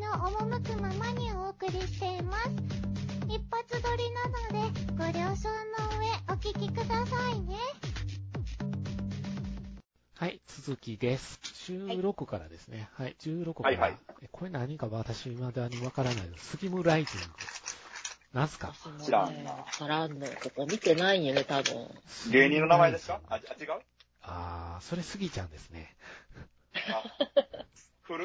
の赴くままにお送りしています。一発撮りなのでご了承の上お聞きくださいね。 はい、続きです。16からですね。はい、16から。 はいはい、 これ何か私未だにわからないです。スギムライジング。なんすか？ 知らんな。 わからんの。ここ見てないよね、多分。 芸人の名前ですか？違う？ それスギちゃんですね。 古っ。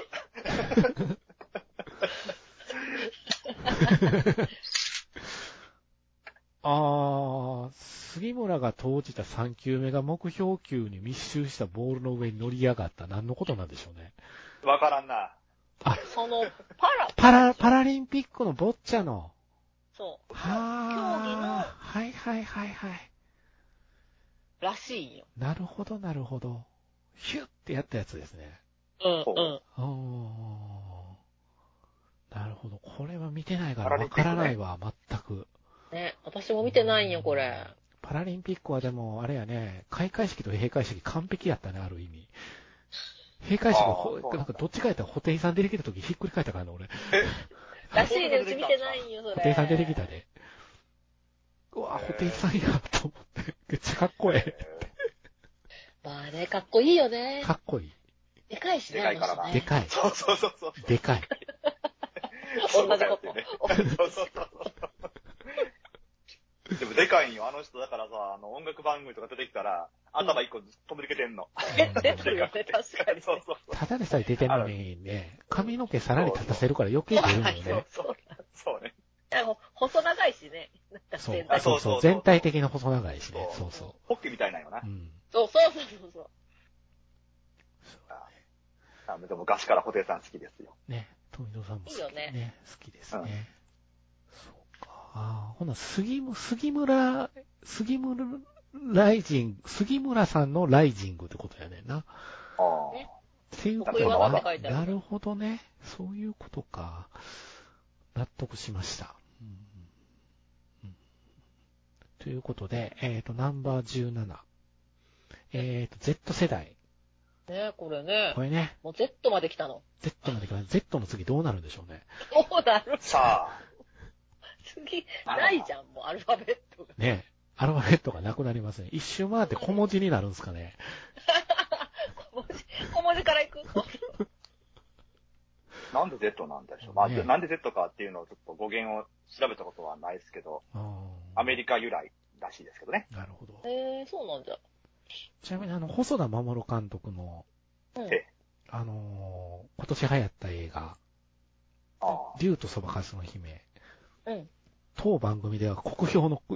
杉村が投じた3球目が目標球に密集したボールの上に乗り上がった。何のことなんでしょうね。 わからんな。 その、 パラリンピックのボッチャの。 そう。 競技の。 はい。 らしいよ。 なるほど。ヒュッってやったやつですね。 うん。 なるほど。これは見てないからわからないわ、全く。 ね、私も見てないんよ、これ。 パラリンピックはでも、あれやね、開会式と閉会式完璧やったね、ある意味。閉会式なんかどっちかやったら、ホテイさん出てきた時ひっくり返ったからね、俺。 らしいね、うち見てないんよ、それ。 ホテイさん出てきたで。うわ、ホテイさんや、と思って。めっちゃかっこええ。 まあね、かっこいいよね。 かっこいい。 でかいしね。 でかいからな。 でかい。 そう。 でかい。 同じこと。 そう。でもでかいんよ、あの人だからさ、音楽番組とか出てきたら、頭一個飛び抜けてんの。 出てるよね、確かに。 そう。 ただでさえ出てんのにね、髪の毛さらに立たせるから余計出るのよね。 そうね。 細長いしね。 そう。全体的な細長いしね。そう。 ホッケーみたいなんよな。 そう。 でも昔からホテイさん好きですよ。 ね、富戸さんも好き。 いいよね。 好きですね。そうか。ほな、杉村さんのライジングってことやねんな。っていうことは、なるほどね。そういうことか。納得しました。ということで、ナンバー17。Z 世代。 ね、これね。もう Z まで来たの。 Z まで来た。Z の次どうなるんでしょうね。 どうなるさあ。 次、ないじゃん、もうアルファベットが。 ね。アルファベットがなくなりますね。一周回って小文字になるんですかね。 小文字からいくなんで Z なんでしょう。まあ、なんで Z かっていうのをちょっと語源を調べたことはないですけど、アメリカ由来らしいですけどね。 なるほど。 そうなんだ。 ちなみに細田守監督の、今年流行った映画、竜とそばかすの姫。当番組では国評の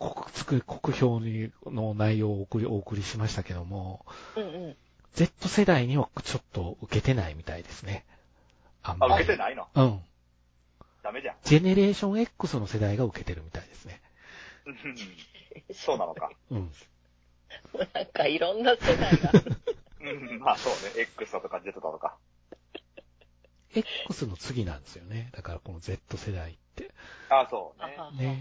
内容をお送りしましたけども、Z 世代にはちょっと受けてないみたいですね。 受けてないの？ダメじゃん。 ジェネレーション X の世代が受けてるみたいですね。 そうなのか。 なんかいろんな世代が。 まあそうね。X だとか Z だとか。 X の次なんですよね。だからこの Z 世代って。 そうね。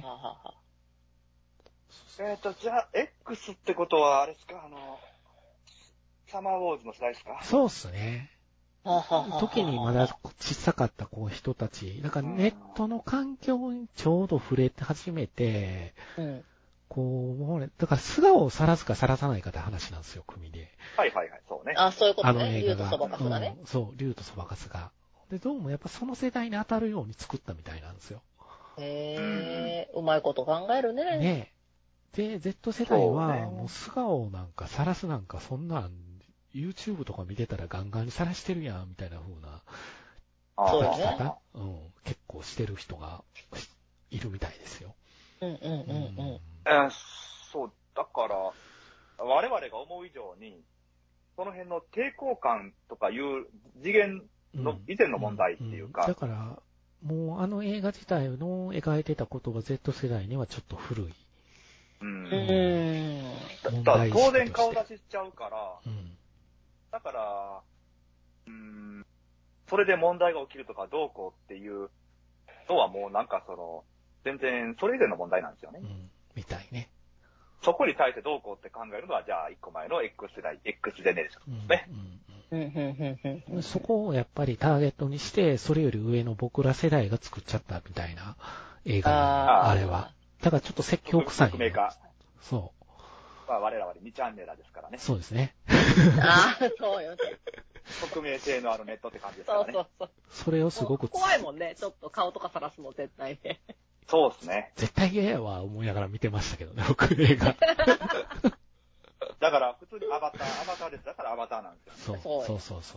じゃあ、X ってことは、あれですか、サマーウォーズの世代ですか？ そうっすね。時にまだ小さかった人たち、なんかネットの環境にちょうど触れ始めて、もうね、だから素顔を晒すか晒さないかって話なんですよ、組で。 はい、そうね。 そういうことね。 映画が。 竜とそばかすがね。 そう、竜とそばかすが。で、どうもやっぱその世代に当たるように作ったみたいなんですよ。 うまいこと考えるね。 ねえ。で、Z 世代は、もう素顔なんか晒すなんかそんなん、YouTube とか見てたらガンガンに晒してるやん、みたいな風な書き方、結構してる人がいるみたいですよ。 そう、だから、我々が思う以上に、その辺の抵抗感とかいう次元の以前の問題っていうか。 だから、もう映画自体の描いてたことが Z 世代にはちょっと古い。 当然顔出ししちゃうから、だから、それで問題が起きるとかどうこうっていうのはもうなんか全然それ以前の問題なんですよね。 みたいね。 そこに対してどうこうって考えるのは、じゃあ一個前の X 世代、X ジェネレーションですね。 そこをやっぱりターゲットにして、それより上の僕ら世代が作っちゃったみたいな映画なあれは。だからちょっと説教臭い。 匿名化。 そう。 まあ我々2チャンネルですからね。 そうですね。 ああ、そうよね。 匿名性のあるネットって感じですからね。 そう。 それをすごく怖いもんね。ちょっと顔とか晒すの絶対ね。 そうですね。 絶対嫌やわ思いながら見てましたけどね、僕映画。 だから普通にアバターです。だからアバターなんですよね。 そう。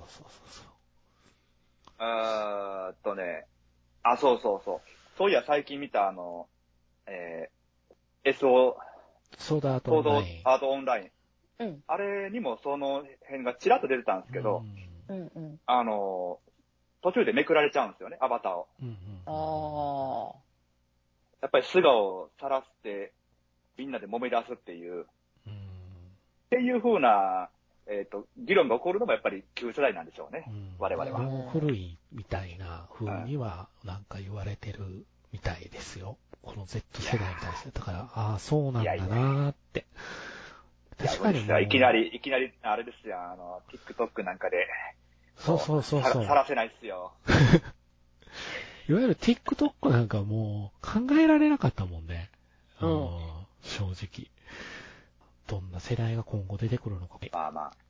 そういや最近見たソードアートオンライン。 アートオンライン。 うん。 あれにもその辺がちらっと出てたんですけど、途中でめくられちゃうんですよね、アバターを。やっぱり素顔を晒して、みんなで揉め出すっていう、っていう風な、議論が起こるのもやっぱり旧世代なんでしょうね、我々は。 もう古いみたいな風にはなんか言われてるみたいですよ。この Z 世代に対して。だから、ああ、そうなんだなーって。確かにいきなり、あれですよ、TikTok なんかで。 そう。 晒せないっすよ。 いわゆる TikTok なんかもう考えられなかったもんね。正直。どんな世代が今後出てくるのか。 まあまあ。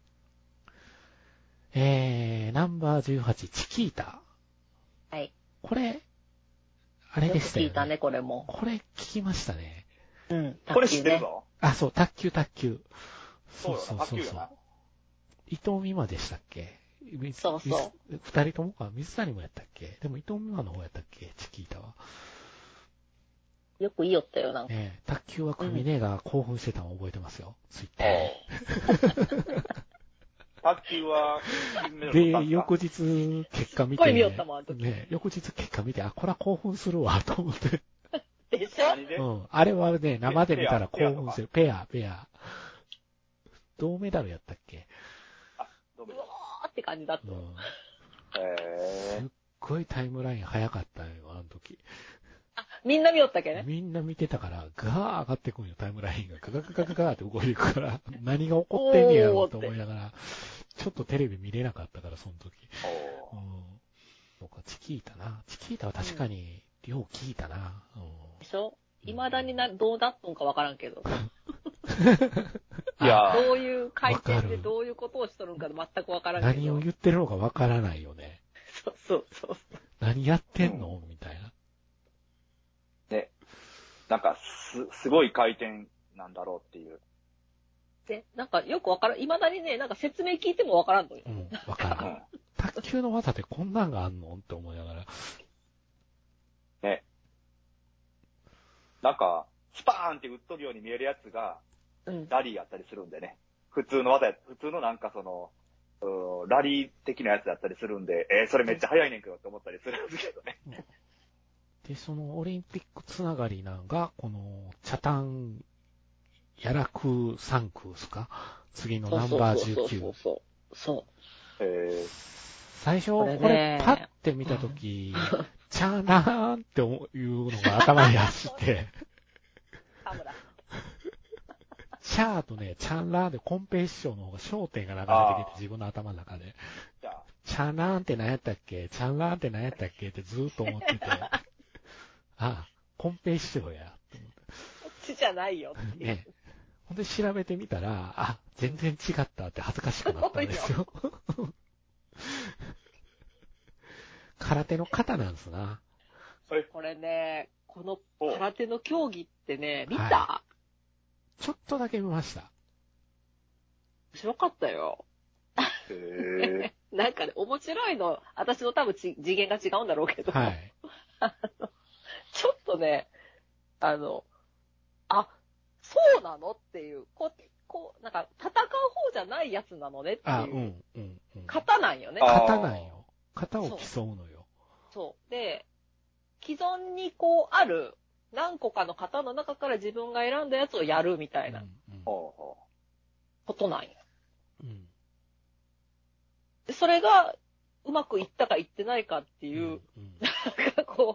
ナンバー18、チキータ。 はい。 これ、あれでしたよね。 聞いたね、これも。 これ聞きましたね。 うん。 これ知ってるぞ。 あ、そう、卓球。 そう。卓球よな。 伊藤美誠でしたっけ？ そう。 二人ともか、水谷もやったっけ？でも伊藤美誠の方やったっけ？チキータは。 よく言いよったよ、なんか。 卓球は組ねが興奮してたのを覚えてますよ。ツイッターで。 卓球は、 で、翌日結果見て、翌日結果見て、あ、これは興奮するわ、と思って。 でしょ？ あれはね、生で見たら興奮する。ペア。銅メダルやったっけ？ うわーって感じだった。 すっごいタイムライン早かったよ、あの時。 みんな見よったっけね？ みんな見てたから、ガー上がってくるよ、タイムラインが。ガーって動いていくから、何が起こってんねやろうと思いながら、ちょっとテレビ見れなかったから、その時。そうか、チキータは確かに、よう聞いたな。 でしょ？未だにどうだっとんかわからんけど。 いやどういう回転でどういうことをしとるんか全くわからんけど。 何を言ってるのかわからないよね。 そう。 何やってんのみたいな。 ね。なんか、すごい回転なんだろうっていう。 で、なんかよくわからん。未だにね、なんか説明聞いてもわからんのよ。 わからん。卓球の技ってこんなんがあんのって思いながら。 ね。なんか、スパーンって打っとるように見えるやつが、ラリーやったりするんでね。普通のなんかラリー的なやつだったりするんで、それめっちゃ速いねんけどって思ったりするんですけどね。 で、そのオリンピックつながりなんが、この、チャタン、ヤラク3区ですか？次のナンバー19。 そう。 最初、これパッて見たとき、チャーナーンっていうのが頭に走って、チャーとね、チャンラーでコンペイ師匠の方が焦点が流れてきて、自分の頭の中で。チャンラーンって何やったっけ？チャンラーンって何やったっけ？ってずーっと思ってて、あ、コンペイ師匠や、と思って。 こっちじゃないよって。 ね。ほんで調べてみたら、あ、全然違ったって恥ずかしくなったんですよ。空手の型なんですな。 これね、この空手の競技ってね、見た？ はい、ちょっとだけ見ました。 面白かったよ。なんかね、面白いの、私の多分次元が違うんだろうけど、はい、ちょっとね、あ、そうなのっていう、なんか、戦う方じゃないやつなのねっていう。型なんよね。 型なんよ。型を競うのよ。 そう。で、既存にある何個かの型の中から自分が選んだやつをやるみたいなことなんよ。でそれがうまくいったかいってないかっていう、なんか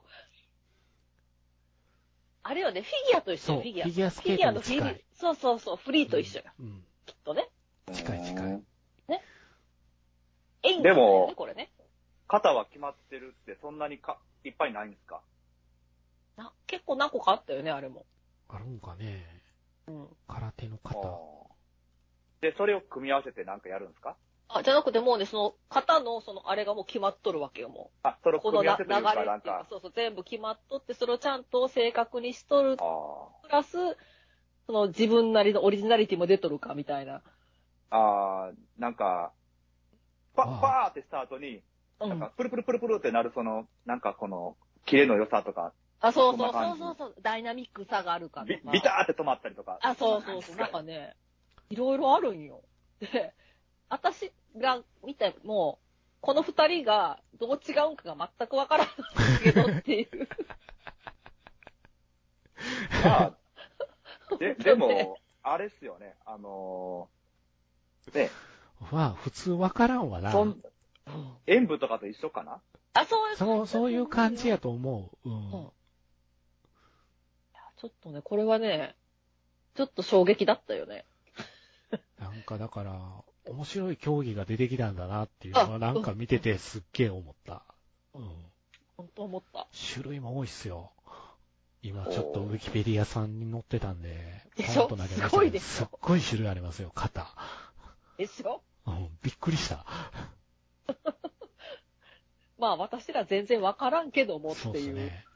あれよね、フィギュアと一緒よ、フィギュア。 フィギュアスケートに近い。 そう、フィギュアのフィギュア、そう、フリーと一緒よ。きっとね。 近い。 ね。 演技だよね、 でもこれね。 肩は決まってるってそんなにいっぱいないんですか？ 結構何個かあったよね、あれも。 あるんかね。 うん。 空手の肩。 で、それを組み合わせてなんかやるんですか？ じゃなくてもうね、その肩のあれがもう決まっとるわけよ、もう。 それを組み合わせというか、 この流れっていうか、そう、全部決まっとって、それをちゃんと正確にしとる。プラス、自分なりのオリジナリティも出とるか、みたいな。 なんか、パーってした後に、なんか、プルプルプルプルってなるなんかこの、キレの良さとか。 そう、ダイナミックさがあるかとか。 ビターって止まったりとか。 そう、なんかね、いろいろあるんよ。で、私が見ても、この二人がどう違うんかが全くわからないけどっていう。 でも、あれっすよね、ね。 普通わからんわな。 演舞とかと一緒かな？ そういう感じやと思う。 ちょっとね、これはね、ちょっと衝撃だったよね。 なんかだから、面白い競技が出てきたんだなっていうのはなんか見ててすっげえ思った。 本当思った。 種類も多いっすよ。今ちょっとウィキペディアさんに載ってたんで、 すごいですよ。すっごい種類ありますよ、肩。 でしょ？ びっくりした。 まあ私ら全然わからんけどもっていう。そうですね。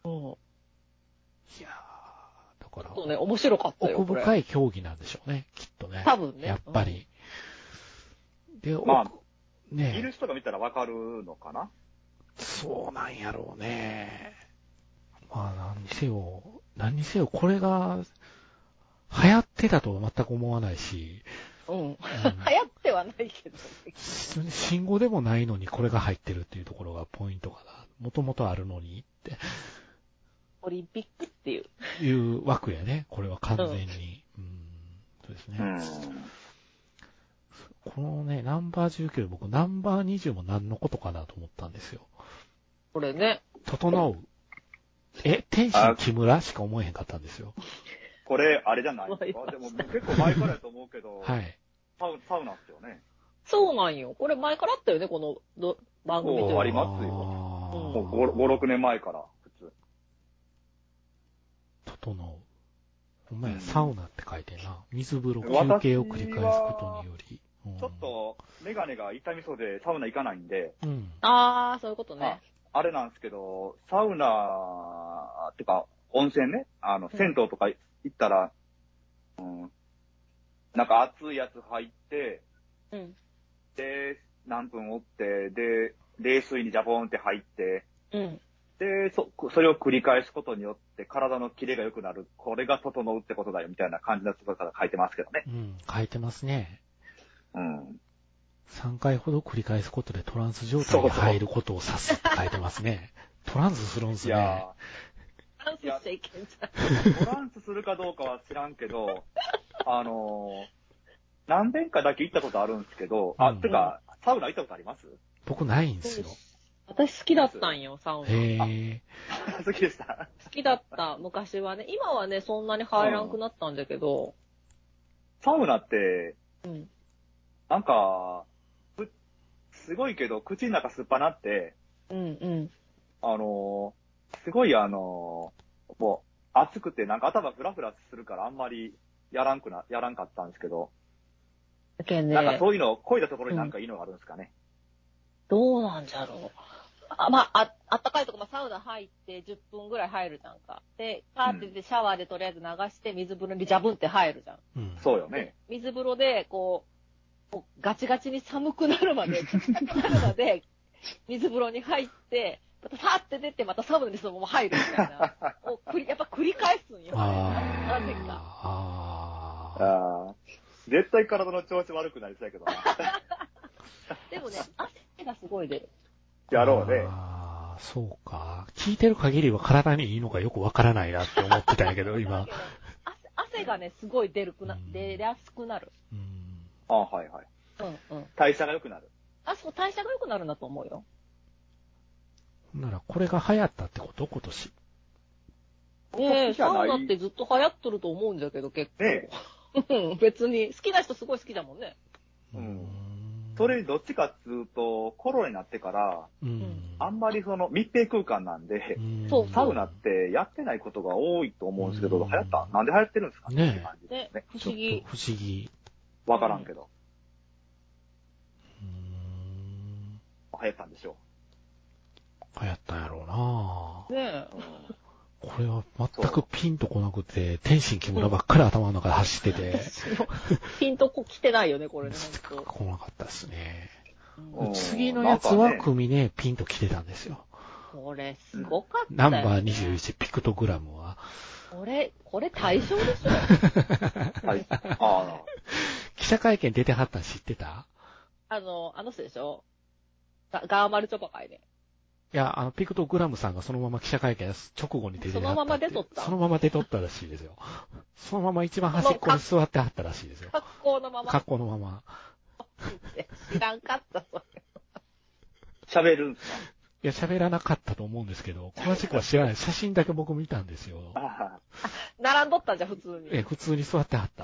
いやー、だから。 ちょっとね、面白かったよ。 奥深い競技なんでしょうね、きっとね。 多分ね。 やっぱり。で、 ね。いる人が見たらわかるのかな？ そうなんやろうね。まあ何にせよ、これが、流行ってたとは全く思わないし。 流行ってはないけど。 信号でもないのにこれが入ってるっていうところがポイントかな。もともとあるのにって。 オリンピックっていう。 いう枠やね。これは完全に。そうですね。このね、ナンバー19、僕ナンバー20も何のことかなと思ったんですよ。 これね。 整う。天心木村しか思えへんかったんですよ。 これ、あれじゃないですか？でも結構前からやと思うけど。 はい。 サウナっすよね。 そうなんよ。これ前からあったよね、この番組というか。 そう、ありますよ。もう5、6年前から、普通。 整う。ほんまや、サウナって書いてな。水風呂、休憩を繰り返すことにより。 ちょっと、メガネが痛みそうでサウナ行かないんで。 そういうことね。 あれなんですけど、サウナ、ってか、温泉ね、銭湯とか行ったら、なんか熱いやつ入って、で、何分おって、で、冷水にジャボーンって入って、で、それを繰り返すことによって体のキレが良くなる。これが整うってことだよ、みたいな感じのところから書いてますけどね。 書いてますね。3回ほど繰り返すことでトランス状態に入ることを指すって書いてますね。トランスするんすね。 トランスしちゃいけんじゃん。 トランスするかどうかは知らんけど、何遍かだけ行ったことあるんですけど、てか、サウナ行ったことあります？ 僕ないんですよ。 私好きだったんよ、サウナ。 好きでした？ 好きだった、昔はね。今はね、そんなに入らんくなったんだけど。 サウナって、なんか、すごいけど、口の中すっぱなって、すごいもう、暑くてなんか頭フラフラするからあんまりやらんかったんですけど、なんかそういうの、こいだところになんかいいのがあるんですかね。 どうなんじゃろう。あったかいとこ、サウナ入って10分ぐらい入るじゃんか。で、パーってでシャワーでとりあえず流して水風呂にジャブンって入るじゃん。 そうよね。 水風呂で、ガチガチに寒くなるまで、水風呂に入って、またファーって出て、またサウナにそのまま入るみたいな。やっぱ繰り返すんよね。なぜか。 絶対体の調子悪くなりそうやけどな。 でもね、汗がすごい出る。 やろうね。 そうか。聞いてる限りは体にいいのかよくわからないなって思ってたんやけど、今。 汗がね、すごい出やすくなる。 はいはい。代謝が良くなる。 そう、代謝が良くなるんだと思うよ。 なら、これが流行ったってこと今年。 サウナってずっと流行っとると思うんだけど、結構。別に、好きな人すごい好きだもんね。 それどっちかっつうと、コロナになってから、あんまりその密閉空間なんで、サウナってやってないことが多いと思うんですけど、なんで流行ってるんですかねね。不思議。 不思議。 わからんけど。流行ったんでしょう。流行ったんやろうなねえ。これは全くピンとこなくて、天心木村ばっかり頭の中で走ってて。 ピンと来てないよね、これね。 来なかったですね。次のやつは組ね、ピンと来てたんですよ。 これ、すごかったよね。ナンバー21ピクトグラムは。 これ対象でしょはい。 記者会見出てはったん知ってた？ あの人でしょガーマルチョパ会で。 いや、ピクトグラムさんがそのまま記者会見直後に出てはった。 そのまま出とった？ そのまま出とったらしいですよ。そのまま一番端っこに座ってはったらしいですよ。 格好のまま。 格好のまま。 知らんかった、それ。 喋るんすか？ いや、喋らなかったと思うんですけど、詳しくは知らない。写真だけ僕見たんですよ。 並んどったんじゃ、普通に。 普通に座ってはった。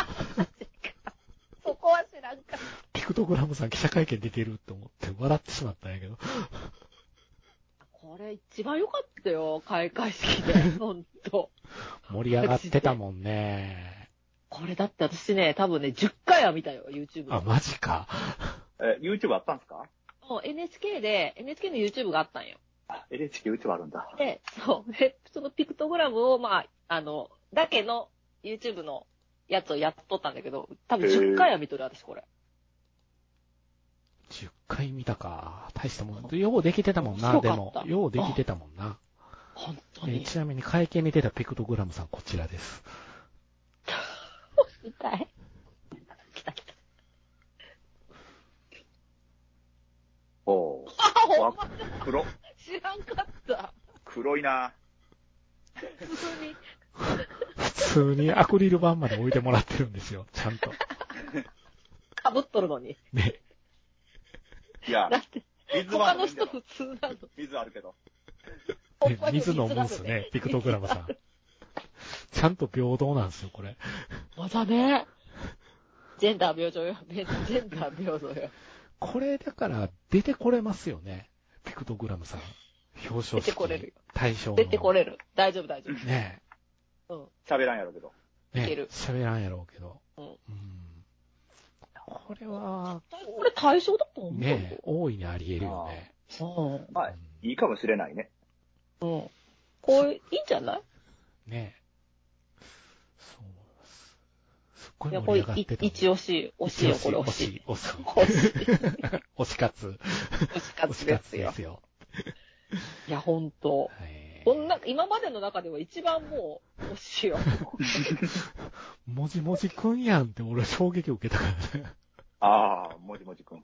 そこは知らんかった。 ピクトグラムさん記者会見出てると思って笑ってしまったんやけど。 これ一番良かったよ、開会式で。ほんと。 盛り上がってたもんね。 これだって私ね、多分ね、10回は見たよ、YouTube で。 あ、マジか。 YouTube あったんですか？ NHK の YouTube があったんよ。 NHK YouTube あるんだ。 で、そう。で、そのピクトグラムを、だけの YouTube のやつをやっとったんだけど、多分10回は見とる、私これ。 10回見たか。大したもん。ようできてたもんな、でも。ようできてたもんな。 本当に。 ちなみに会見に出たピクトグラムさん、こちらです。 見たい。来た。 おー。黒。 知らんかった。 黒いな。 普通にアクリル板まで置いてもらってるんですよ、ちゃんと。 かぶっとるのに。 ね。 いや、 だって、他の人普通なの。 水あるけど。 水飲むんすね、ピクトグラムさん。ちゃんと平等なんですよ、これ。 まだね。ジェンダー平等よ。ジェンダー平等よ。 これだから出てこれますよね。ピクトグラムさん。表彰式。 出てこれるよ。 対象の。 出てこれる。大丈夫。 ねえ。うん。 喋らんやろうけど。 ねいける。 喋らんやろうけど。 うん。 これは。 これ対象だと思う。 ね大いにあり得るよね。 まあ、いいかもしれないね。 うん。こういいんじゃないねそう。すっごいいや、 盛り上がってた。 一押しよ、これ押し。 推し活。 推し活ですよ。いや、ほんと。今までの中では一番もう、推しよ。 もじもじくんやんって俺衝撃を受けたからね。 ああ、もじもじくん。 い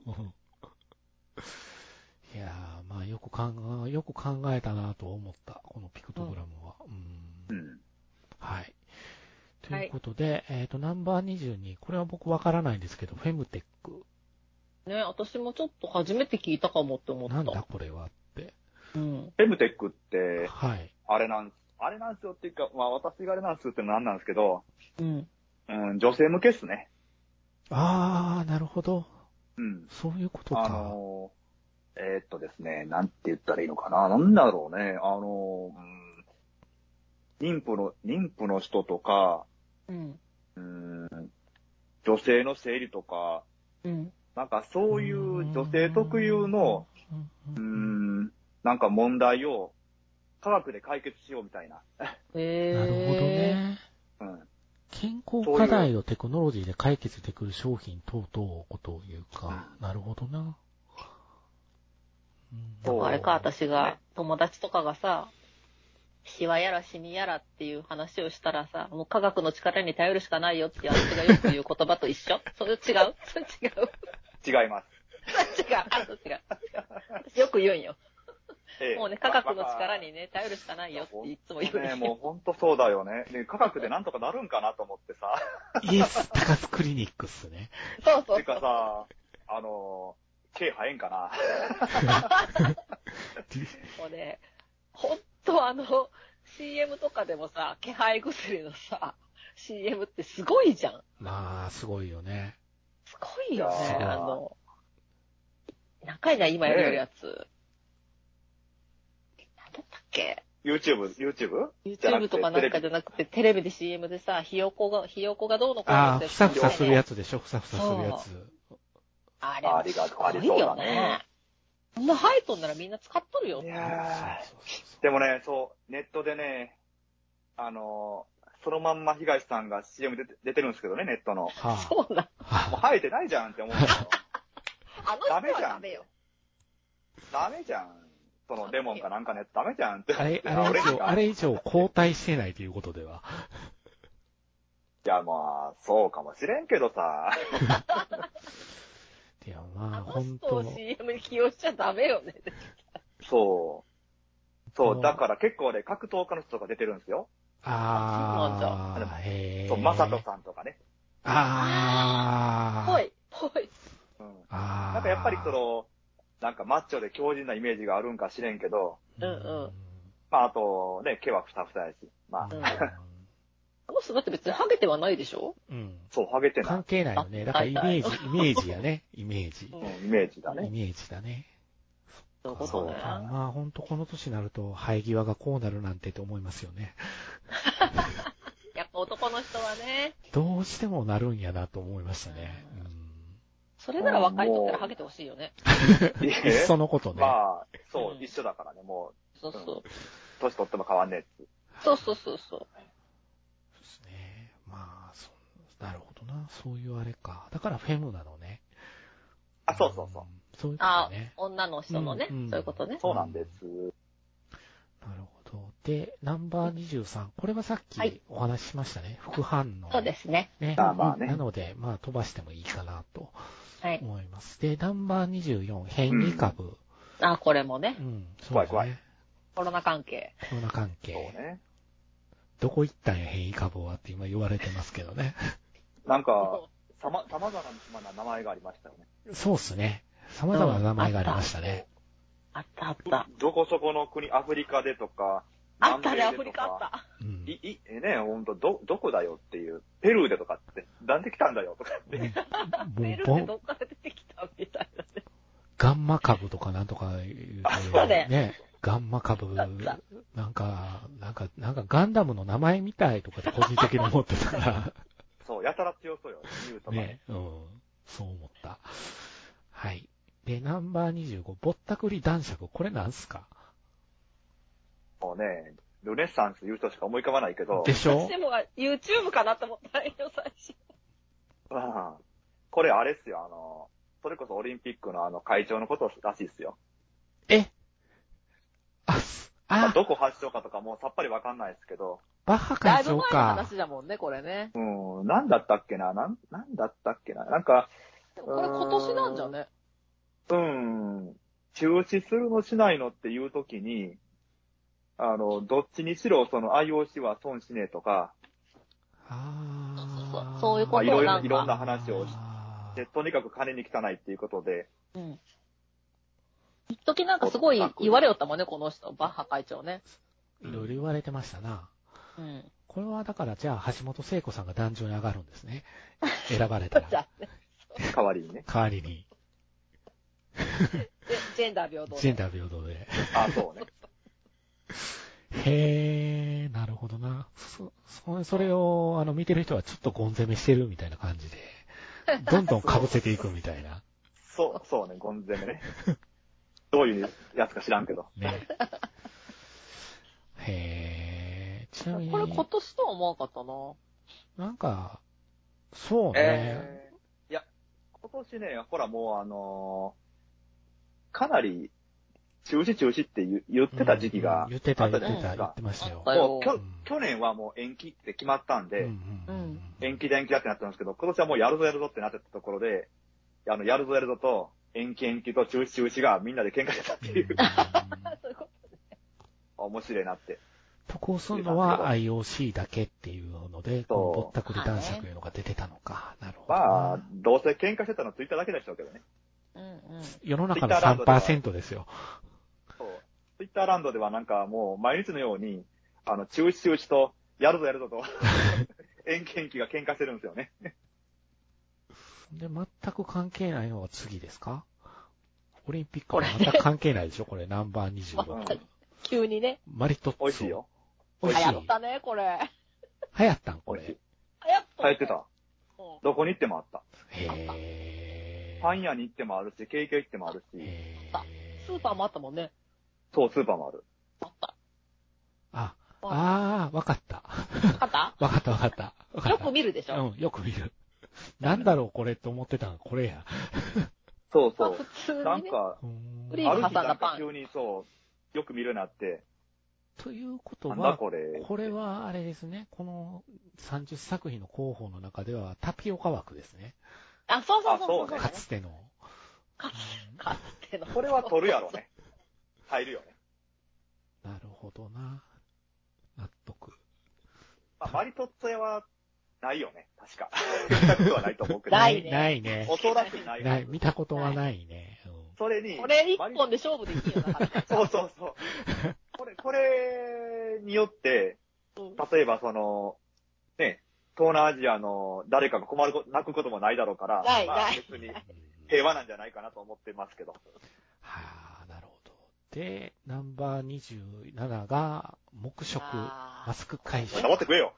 やー、まあよく考えたなと思った、このピクトグラムは。はい。ということで、ナンバー22、これは僕わからないんですけど、フェムテック。 ね、私もちょっと初めて聞いたかもって思った。 なんだこれはって。 フェムテックって、 はい。 あれなんですよっていうか、まあ私があれなんですよってなんなんですけど、 うん、 女性向けっすね。 あー、なるほど。 うん。 そういうことか。 ですね、なんて言ったらいいのかな。なんだろうね。妊婦の人とか、女性の生理とか、なんかそういう女性特有の、なんか問題を科学で解決しようみたいな。 なるほどね。健康課題をテクノロジーで解決できる商品等々をことを言うか。なるほどな。 あれか、私が、友達とかがさ、シワやらシミやらっていう話をしたらさ、もう科学の力に頼るしかないよって私がよく言う言葉と一緒？それ違う？ 違います。 違う。私よく言うんよ。もうね、科学の力にね、頼るしかないよっていつも言うね。 もうほんとそうだよね。で、科学でなんとかなるんかなと思ってさ。 イエス高津クリニックっすね。 そう。 てかさ、毛生えんかな。 もうね、ほんとCM とかでもさ、気配薬のさ、CM ってすごいじゃん。 まあ、すごいよね。 すごいよね。 高いな、今やるやつ。なんだったっけ？ YouTube とかなんかじゃなくて、テレビで CM でさ、ひよこがどうのこうのああ、 ってふさふさするやつでしょ、ふさふさするやつ。 あれ、すごいよね。そんなハイトンならみんな使っとるよ。 いやー、でもね、そう、ネットでね、そのまんま東さんが CM 出てるんですけどね、ネットの。 はあ、 そうなん。 もう生えてないじゃんって思うんですよ。 あの人はダメよ。 ダメじゃん。そのレモンかなんかね、ダメじゃんって。 あれ以上交代してないということでは。 いや、まあ、そうかもしれんけどさ。 いや、まあ、 本当。CM に起用しちゃダメよね。 そう、だから結構ね、格闘家の人が出てるんですよ。 ああ、へえ。 そう、マサトさんとかね。 ああ。 ぽい。 うん。なんかやっぱりなんかマッチョで強靭なイメージがあるんか知れんけど。まあ、あと、ね、毛はふさふさやし。まあ。 あの人だって別にハゲてはないでしょ？ そう、ハゲてない。 関係ないよね。だからイメージやね。イメージ。 イメージだね。 イメージだね。 そういうことね。 まあ、ほんとこの年になると、生え際がこうなるなんてと思いますよね。 やっぱ男の人はね。 どうしてもなるんやなと思いましたね。 それなら若い時からハゲてほしいよね。 いっそのことね。 まあ、そう、一緒だからね、もう。 そう。 年取っても変わんねえって。 そう。 そうですね。まあ、なるほどな。そういうあれか。だからフェムなのね。 あ、そう。 そういうことね。 女の人のね。そういうことね。 そうなんです。 なるほど。で、ナンバー23。これはさっきお話ししましたね。副反応。 そうですね。 まあね。 なので、まあ飛ばしてもいいかなと思います。で、ナンバー24、変異株。 これもね。 そうですね。 怖い。 コロナ関係。 そうね。 どこ行ったんや、変異株はって今言われてますけどね。 なんか、様々な名前がありましたよね。 そうっすね。様々な名前がありましたね。 あった。 どこそこの国、アフリカでとか、 あったね、アフリカあった。 ねほんと、どこだよっていう。ペルーでとかって、なんで来たんだよとかって。 ペルーでどっから出てきたみたいなね。 ガンマ株とかなんとか言うね。ガンマ株、なんかガンダムの名前みたいとかって個人的に思ってたから。 そう、やたら強そうよ、言うとか。 ね、そう思った。はい。で、ナンバー25、ぼったくり男爵、これなんすか？ もうね、ルネッサンス言う人しか思い浮かばないけど。 でしょ？ でも YouTube かなと思ったよ、最初。 これあれっすよ、それこそオリンピックの会長のことらしいっすよ。どこ発祥かとかもうさっぱりわかんないですけど。 バッハ会長か。 だいぶ前の話だもんね、これね。 なんだったっけななんか。 これ今年なんじゃね。 中止するのしないのっていうときに、どっちにしろIOC は損しねえとか。 そういうこといろんな話をして、とにかく金に汚いっていうことで。 一時なんかすごい言われよったもんね、この人、バッハ会長ね。 いろいろ言われてましたな。これはだからじゃあ橋本聖子さんが壇上に上がるんですね。選ばれたら。 代わりにね。 代わりに。 ジェンダー平等で。 ジェンダー平等で。 そうね。 へー、なるほどな。それを見てる人はちょっとゴン攻めしてるみたいな感じで、どんどん被せていくみたいな。 そうね、ゴン攻めね。どういうやつか知らんけど。 ね。へー。ちなみに。 これ今年とは思わなかったな。 なんか、そうね。 いや、今年ね、ほらもうかなり中止って言ってた時期があったじゃないですか。 言ってましたよ。 もう去年はもう延期って決まったんで、延期だってなったんですけど、今年はもうやるぞってなってたところで、やるぞと、延期と中止がみんなで喧嘩してたっていう。 そういうことね。 面白いなって。 得をするのは IOC だけっていうので、ぼったくり男爵いうのが出てたのか。なるほど。 まあ、どうせ喧嘩してたのツイッターだけでしょうけどね。 世の中の 3% ですよ。 そう。ツイッターランドではなんかもう毎日のように、中止と、やるぞと、延期が喧嘩してるんですよね。 で、全く関係ないのが次ですか？ オリンピックは全く関係ないでしょこれ、ナンバー26。 急にね。 マリトッツォ。 美味しいよ。 流行ったね、これ。 流行ったんこれ。 流行ってた。どこに行ってもあった。 へー。 パン屋に行ってもあるし、ケーキ屋行ってもあるし。 スーパーもあったもんね。 そう、スーパーもある。 あった。 わかった。 わかったわかった。 よく見るでしょ？ うん、よく見る。なんだろうこれって思ってたのこれや。 そうそう。 普通にね。 なんか、 クリーム挟んだパン。 急にそう、よく見るようになって。 ということなんは、 だこれ。 これはあれですね、この30作品の候補の中ではタピオカ枠ですね。 あ、そう。 かつての。 かつての。 これは取るやろね。入るよね。 なるほどな。納得。 マリトッツォ屋はないよね、確か。見たことはないと思うけど。 ないね。 おそらくない。 見たことはないね。 それに。 これ一本で勝負できるよな。 そう。これによって、例えばね、東南アジアの誰かが泣くこともないだろうから、別に平和なんじゃないかなと思ってますけど。 はぁ、なるほど。で、ナンバー27が、黙食、マスク回収。 黙って食えよ。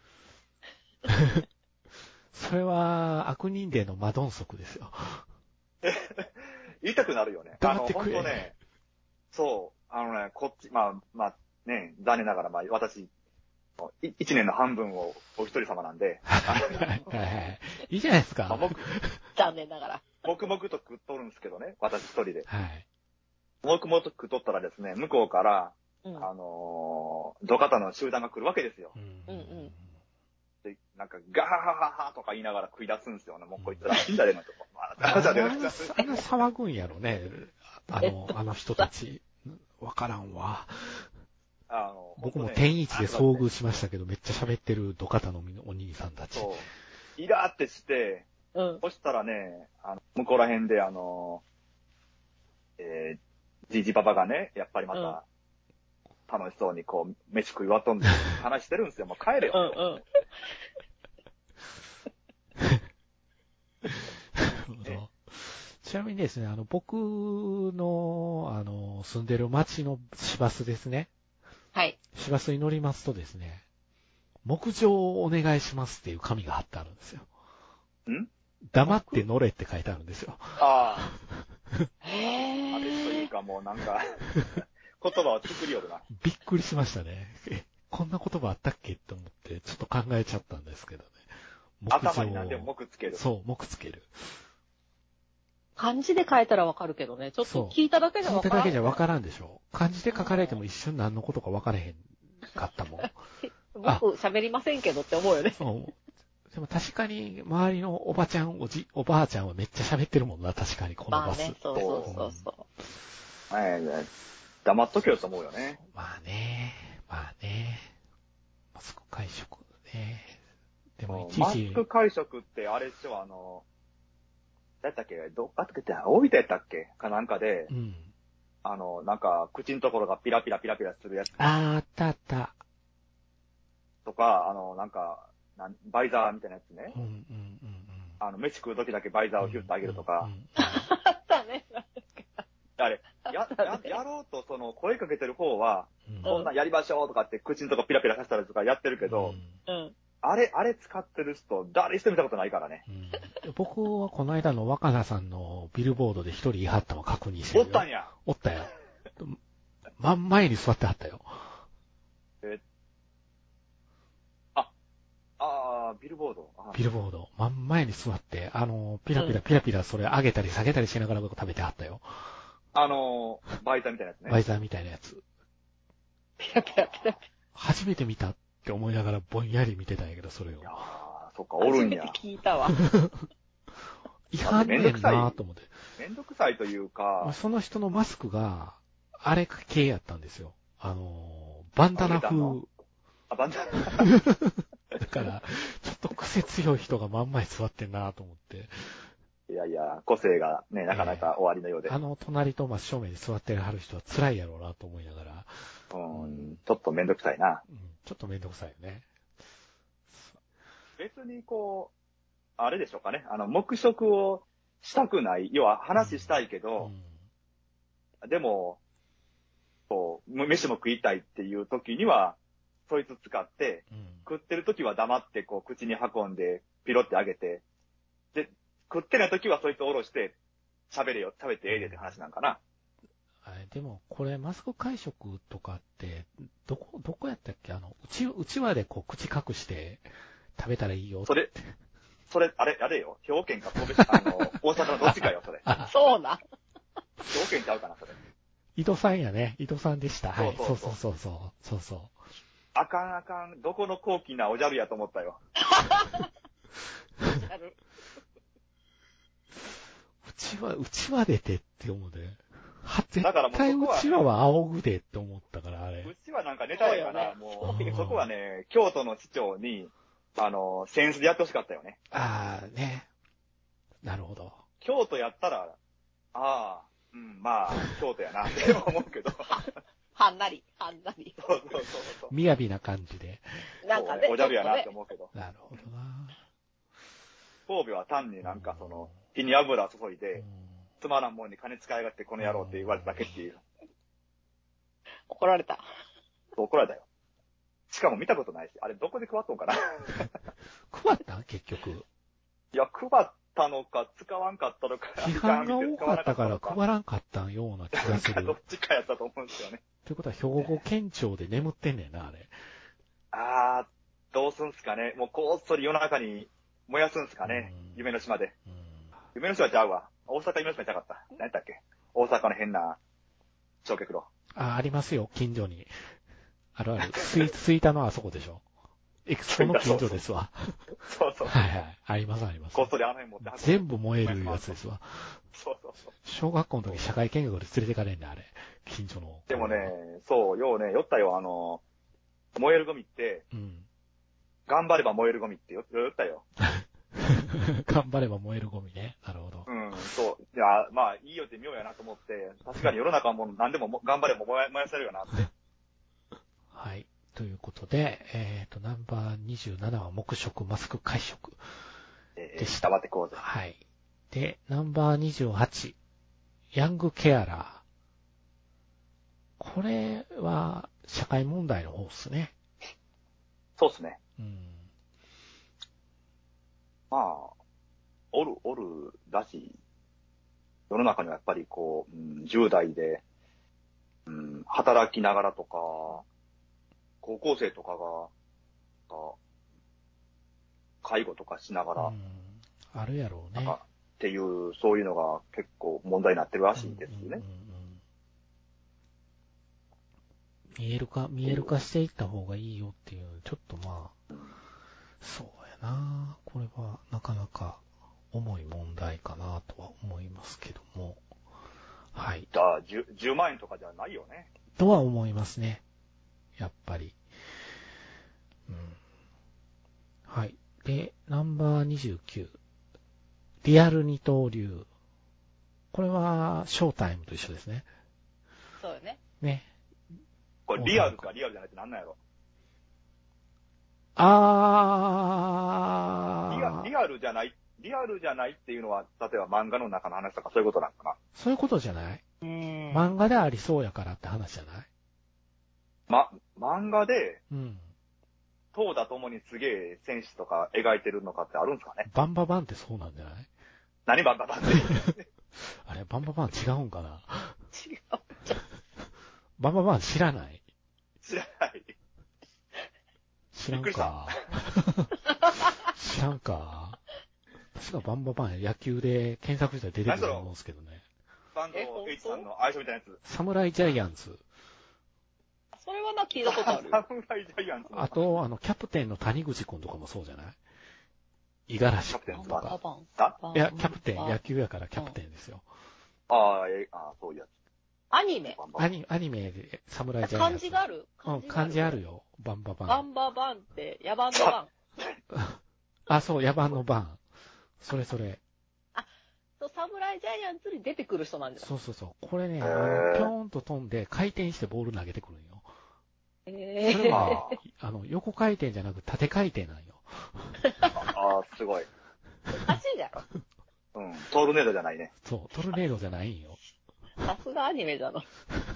それは、悪人伝のマドンソクですよ。 言いたくなるよね。 黙って食え。 ほんとね、そう、こっち、ね、残念ながら、私、1年の半分をお一人様なんで。 いいじゃないですか。 残念ながら。 黙々と食っとるんですけどね、私一人で。 はい。 黙々と食っとったらですね、向こうから、土方の集団が来るわけですよ。で、なんか、ガハハハハとか言いながら食い出すんですよね。もうこいつら死んだでのとこ。 あんな騒ぐんやろね。あの人たち。わからんわ。僕も天一で遭遇しましたけど、めっちゃ喋ってる土方のお兄さんたち。 そう。イラーってして、そしたらね、向こうら辺でじじパパがね、やっぱりまた、楽しそうにこう、飯食いわとんで話してるんですよ。もう帰れよ。 ちなみにですね、僕の、住んでる町の市バスですね。 はい。 市バスに乗りますとですね、目上をお願いしますっていう紙が貼ってあるんですよ。黙って乗れって書いてあるんですよ。 あれというかもうなんか、言葉を作りよるな。 びっくりしましたね。こんな言葉あったっけって思って、ちょっと考えちゃったんですけどね。 頭になんでも目つける。 そう、目つける。 漢字で書いたらわかるけどね。ちょっと聞いただけじゃわからん。 聞いただけじゃわからんでしょ。漢字で書かれても一瞬何のことかわからへんかったもん。 僕喋りませんけどって思うよね。 そう。でも確かに周りのおばあちゃんはめっちゃ喋ってるもんな、確かにこのバス。 まあね、そう。 黙っとけよと思うよね。 まあね。マスク会食ね。でもいちいち。 マスク会食ってあれっしょ、何やったっけ大分やったっけかなんかで、なんか、口のところがピラピラするやつ。 あった。 とか、なんか、バイザーみたいなやつね。飯食う時だけバイザーをヒュッと上げるとか。 あったね。 あれ、やろうと、声かけてる方は、こんなんやりましょうとかって口のとこピラピラさせたりとかやってるけど、あれ使ってる人、誰一人見たことないからね。 僕はこの間の若菜さんのビルボードで一人言い張ったの確認してるよ。おったよ。真ん前に座ってはったよ。 ビルボード。 ビルボード。真ん前に座って、ピラピラそれ上げたり下げたりしながら僕食べてはったよ。 バイザーみたいなやつね。 バイザーみたいなやつ。 ピラピラ。 初めて見たって思いながらぼんやり見てたんやけど、それを。 そっか、おるんや。 初めて聞いたわ。 違反ねんなと思って。 めんどくさいというか。 その人のマスクが、あれ系やったんですよ。バンダナ風。 バンダナだから、ちょっと癖強い人が真ん前座ってんなと思って。 いや、個性がね、なかなか終わりのようで。 隣と真正面に座ってはる人は辛いやろうなと思いながら。 ちょっとめんどくさいな。 ちょっとめんどくさいよね。 別にあれでしょうかね。黙食をしたくない。要は話したいけど、 でも、こう、飯も食いたいっていう時には、そいつ使って、食ってる時は黙ってこう口に運んで、ピロってあげて、で、食ってない時はそいつを下ろして、食べてええでって話なんかな。 でも、これ、マスク会食とかって、どこやったっけうちわでこう、口隠して食べたらいいよって。 それ、あれよ。兵庫県か神戸市、大阪のどっちかよ、それ。 そうな。 兵庫県ちゃうかな、それ。 井戸さんやね。井戸さんでした。はい。そう。 あかん。どこの高貴なおじゃるやと思ったよ。 うちわでてって思うで。絶対うちわは仰ぐでって思ったから、あれ。 うちわなんかネタやから、もう、そこはね、京都の市長に、センスでやってほしかったよね。 ね。なるほど。 京都やったら、まあ、京都やなって思うけど。 はんなり。 そう。 雅な感じで。 なんかね。 おじゃるやなって思うけど。 なるほどな。 神戸は単になんか火に油注いで、つまらんもんに金使いがってこの野郎って言われただけっていう。 怒られた。 怒られたよ。しかも見たことないし、あれどこで配っとんかな。 配った結局。 いや、配ったのか、使わんかったのか。 批判が多かったから配らんかったんような気がする。 どっちかやったと思うんですよね。 ということは、兵庫県庁で眠ってんねんな、あれ。 どうすんすかね。もうこっそり夜中に燃やすんすかね。夢の島で。夢の島ちゃうわ。大阪夢の島ちゃうかった。何やったっけ。大阪の変な焼却炉。 ありますよ、近所に。ある。スイタのあそこでしょ。エクスポの近所ですわ。 そう。 はい。あります。 こっそり辺持って全部燃えるやつですわ。 そう。 小学校の時社会見学で連れてかれんねん、あれ。近所の。 でもね、酔ったよ、燃えるゴミって、頑張れば燃えるゴミって酔ったよ。 頑張れば燃えるゴミね。なるほど。 そう。いや、まあ、いいよって妙やなと思って、確かに世の中はもう何でも頑張れば燃やせるよなって。 はい。ということで、ナンバー27は黙食マスク会食でした。 頑張ってこうぜ。 はい。で、ナンバー28、ヤングケアラー。これは、社会問題の方ですね。 そうですね。まあ、おるだし、世の中にはやっぱりこう、10代で、働きながらとか、高校生とかが、介護とかしながら、 あるやろうね。 っていう、そういうのが結構問題になってるらしいんですよね。 見える化していった方がいいよっていう、ちょっとまあ、そうやな。これはなかなか重い問題かなとは思いますけども。はい。 10万円とかじゃないよね。 とは思いますね。やっぱり。はい。で、ナンバー29。リアル二刀流。これは、ショータイムと一緒ですね。 そうよね。 ね。 これリアルかリアルじゃないってなんなんやろ。リアルじゃないっていうのは、例えば漫画の中の話とかそういうことなんかな。 そういうことじゃない？漫画でありそうやからって話じゃない？ 漫画で、投打ともにすげえ選手とか描いてるのかってあるんですかね。 バンババンってそうなんじゃない？ 何バンババンって。 あれ、バンババン違うんかな？ 違う。 バンババン知らない？ 知らない。 知らんか。知らんか。確かバンババン野球で検索したら出てくると思うんですけどね。 バンド H さんの相性みたいなやつ。 サムライジャイアンツ。 それは聞いたことある。 サムライジャイアンツ。 あと、キャプテンの谷口くんとかもそうじゃない？五十嵐くんとか。いや、キャプテン、野球やからキャプテンですよ。 そういうやつ。 アニメで、サムライジャイアンツ。 漢字がある？ 漢字あるよ。バンババン。 バンババンって、野蛮の番。 そう、野蛮の番。それ。 そう、サムライジャイアンツに出てくる人なんじゃない？ そう。これね、ぴょーんと飛んで回転してボール投げてくるんよ。それは、横回転じゃなく縦回転なんよ。 すごい。 おかしいだろ。 トルネードじゃないね。 そう、トルネードじゃないんよ。 さすがアニメじゃの。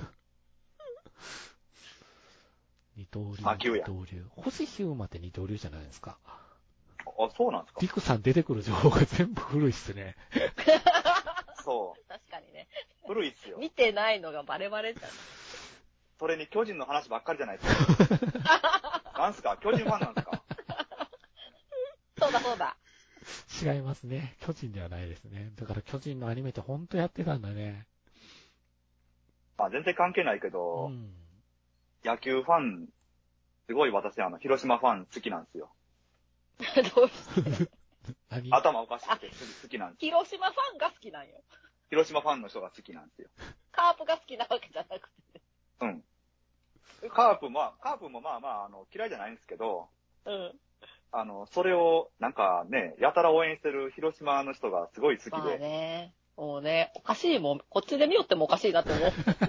二刀流。 魔球や。 二刀流。星飛馬って二刀流じゃないですか。 あ、そうなんですか。 リクさん出てくる情報が全部古いっすね。 そう。 確かにね。 古いっすよ。 見てないのがバレバレじゃん。 それに巨人の話ばっかりじゃないですか。なんすか巨人ファンなんですか。 そうだそうだ。 違いますね。巨人ではないですね。だから巨人のアニメってほんとやってたんだね。 まあ全然関係ないけど、野球ファン、すごい私広島ファン好きなんですよ。 どうして頭おかしくて好きなんです。 広島ファンが好きなんよ。 広島ファンの人が好きなんですよ。 カープが好きなわけじゃなくて。 うん。カープもまあまあ、嫌いじゃないんですけど、 うん。 それを、なんかね、やたら応援してる広島の人がすごい好きで。 まあね。もうね、おかしいもん。こっちで見よってもおかしいなと思う。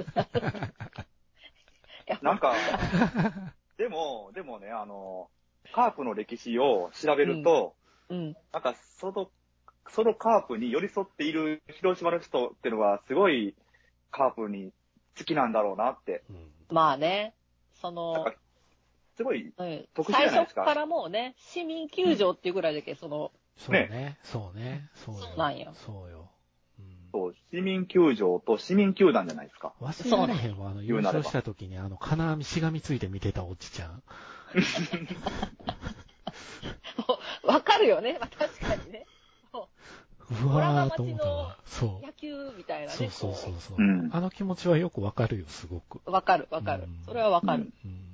なんか、でもね、カープの歴史を調べると、なんか、そのカープに寄り添っている広島の人っていうのは、すごいカープに好きなんだろうなって。 まあね、 すごい特殊じ最ゃないですか。 初からもうね、市民球場っていうぐらいだけど、 そうね。そうなんよ。 そうよ。 そう、市民球場と市民球団じゃないですか。 忘れられへんわ、優勝した時に金網しがみついて見てたおじちゃん。 わかるよね、まあ、確かにね。 うわーと思ったわ。そう。 野球みたいなね。 そう。あの気持ちはよくわかるよ、すごく。 わかる。それはわかる。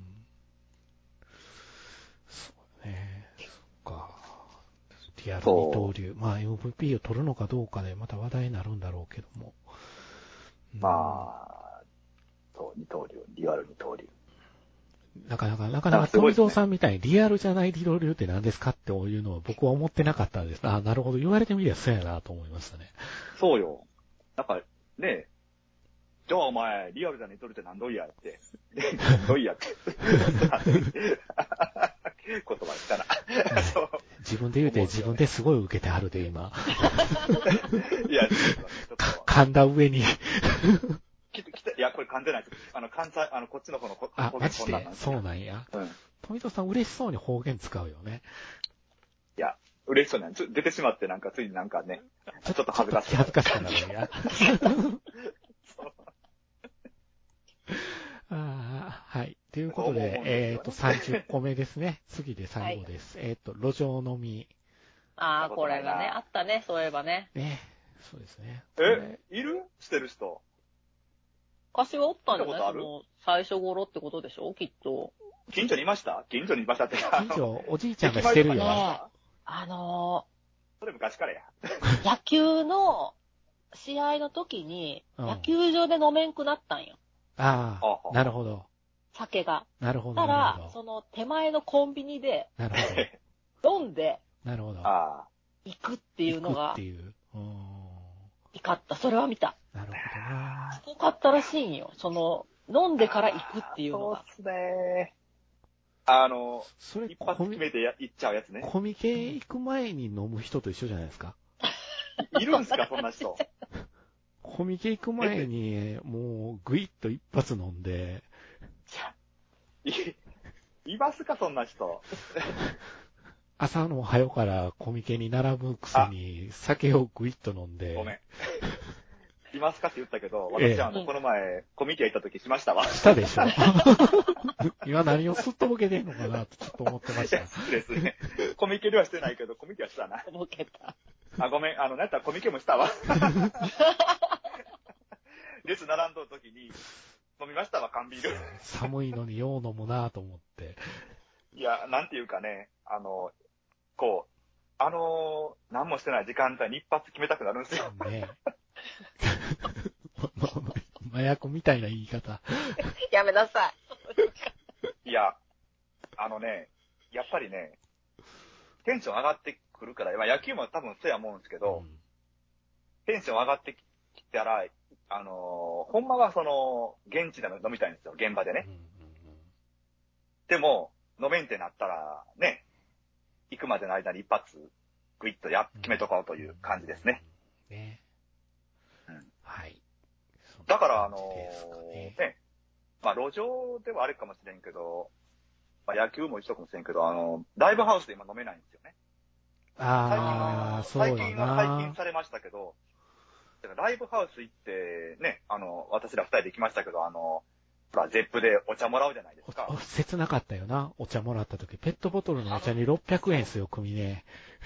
そうね。そっか。リアル二刀流。まあ MVP を取るのかどうかでまた話題になるんだろうけども。 まあ、そう、二刀流、リアル二刀流。 なかなか富蔵さんみたいにリアルじゃない二刀流って何ですかっていうのは僕は思ってなかったんです。あ、なるほど。言われてみりゃそうやなと思いましたね。そうよ。なんか、ね、じゃあお前、リアルじゃ二刀流って何どいやって。何どいやって。言葉したな。 自分で言うて自分ですごい受けてはるで、今。 いや、 噛んだ上に。 いや、これ噛んでないです。関西、こっちの方の方言マジでそうなんや。富田さん嬉しそうに方言使うよね。いや、嬉しそうに出てしまってついになんかね、ちょっと恥ずかしい。 恥ずかしくなるんや。はい。ということで、30個目ですね。次で最後です。路上飲み。 ああ、これがね、あったね、そういえばね。 ね。そうですね。 いるしてる人。 昔はおったんじゃない最初頃ってことでしょきっと。 近所にいましたって。近所、おじいちゃんがしてるよ。 それ昔からや。 野球の試合の時に、野球場で飲めんくなったんよ。 ああ、なるほど。 酒が。 なるほど。 たら、その手前のコンビニで、 なるほど。 飲んで、 なるほど。 行くっていうのが、 行くっていう。 怒った。それは見た。 なるほどな。 すごかったらしいんよ。飲んでから行くっていうのが。 そうっすね。 それ一発決めて行っちゃうやつね。 コミケ行く前に飲む人と一緒じゃないですか。 いるんすか、そんな人。 コミケ行く前に、もう、ぐいっと一発飲んで。 いますか、そんな人。 朝の早からコミケに並ぶくせに、酒をぐいっと飲んで。 ごめん。いますかって言ったけど、私はこの前、コミケ行った時しましたわ。 したでしょ。今何をすっとぼけてんのかなってちょっと思ってました。 そうですね。コミケではしてないけど、コミケはしたな。 ぼけた。 ごめん、なんやったらコミケもしたわ。列並んどる時に、飲みましたわ、缶ビール。 寒いのによう飲むなぁと思って。 いや、なんていうかね、何もしてない時間帯に一発決めたくなるんですよ。 ね麻薬みたいな言い方。 やめなさい。いや、やっぱりね、テンション上がってくるから、野球も多分そうや思うんですけど、テンション上がってきたら、ほんまは現地で飲みたいんですよ、現場でね。でも、飲めんってなったら、ね、行くまでの間に一発、グイッと決めとこうという感じですね。 ね。はい。 だからね、 まあ路上ではあれかもしれんけど、まあ野球も一緒かもしれんけど、ライブハウスで今飲めないんですよね。 そうよな。 最近されましたけど、だからライブハウス行ってね、私ら二人で行きましたけど、ほら、ゼップでお茶もらうじゃないですか。 切なかったよな、お茶もらった時。ペットボトルのお茶に600円っすよ、組ね。